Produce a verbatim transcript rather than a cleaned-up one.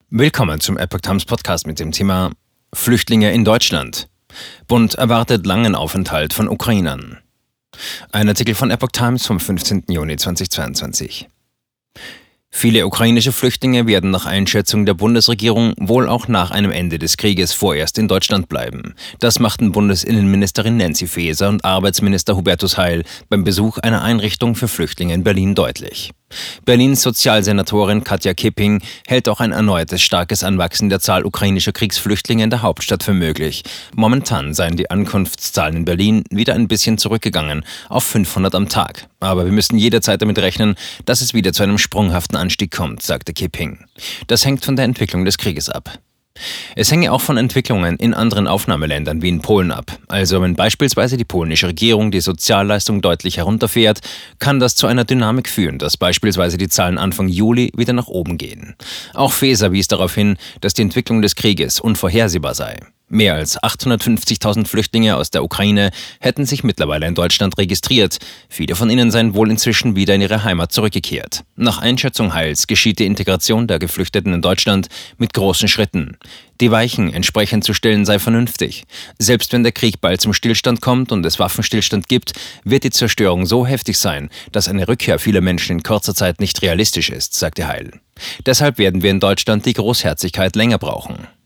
Willkommen zum Epoch Times Podcast mit dem Thema Flüchtlinge in Deutschland. Bund erwartet langen Aufenthalt von Ukrainern. Ein Artikel von Epoch Times vom fünfzehnten Juni zweitausendzweiundzwanzig. Viele ukrainische Flüchtlinge werden nach Einschätzung der Bundesregierung wohl auch nach einem Ende des Krieges vorerst in Deutschland bleiben. Das machten Bundesinnenministerin Nancy Faeser und Arbeitsminister Hubertus Heil beim Besuch einer Einrichtung für Flüchtlinge in Berlin deutlich. Berlins Sozialsenatorin Katja Kipping hält auch ein erneutes starkes Anwachsen der Zahl ukrainischer Kriegsflüchtlinge in der Hauptstadt für möglich. Momentan seien die Ankunftszahlen in Berlin wieder ein bisschen zurückgegangen auf fünfhundert am Tag. Aber wir müssen jederzeit damit rechnen, dass es wieder zu einem sprunghaften Anstieg kommt, sagte Kipping. Das hängt von der Entwicklung des Krieges ab. Es hänge auch von Entwicklungen in anderen Aufnahmeländern wie in Polen ab. Also wenn beispielsweise die polnische Regierung die Sozialleistung deutlich herunterfährt, kann das zu einer Dynamik führen, dass beispielsweise die Zahlen Anfang Juli wieder nach oben gehen. Auch Faeser wies darauf hin, dass die Entwicklung des Krieges unvorhersehbar sei. Mehr als achthundertfünfzigtausend Flüchtlinge aus der Ukraine hätten sich mittlerweile in Deutschland registriert. Viele von ihnen seien wohl inzwischen wieder in ihre Heimat zurückgekehrt. Nach Einschätzung Heils geschieht die Integration der Geflüchteten in Deutschland mit großen Schritten. Die Weichen entsprechend zu stellen sei vernünftig. Selbst wenn der Krieg bald zum Stillstand kommt und es Waffenstillstand gibt, wird die Zerstörung so heftig sein, dass eine Rückkehr vieler Menschen in kurzer Zeit nicht realistisch ist, sagte Heil. Deshalb werden wir in Deutschland die Großherzigkeit länger brauchen.